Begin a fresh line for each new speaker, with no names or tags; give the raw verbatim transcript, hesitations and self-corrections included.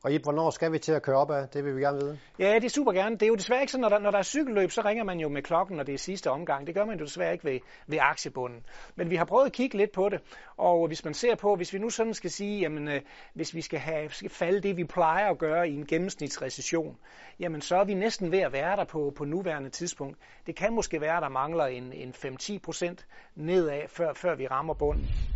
Og Ib, hvornår skal vi til at køre op af? Det vil vi gerne vide.
Ja, det er super gerne. Det er jo desværre ikke sådan, når der, når der er cykelløb, så ringer man jo med klokken, når det er sidste omgang. Det gør man jo desværre ikke ved, ved aktiebunden. Men vi har prøvet at kigge lidt på det, og hvis man ser på, hvis vi nu sådan skal sige, jamen øh, hvis vi skal have skal falde det, vi plejer at gøre i en gennemsnitsrecession, jamen så er vi næsten ved at være der på, på nuværende tidspunkt. Det kan måske være, at der mangler en, en fem til ti procent nedad, før, før vi rammer bunden.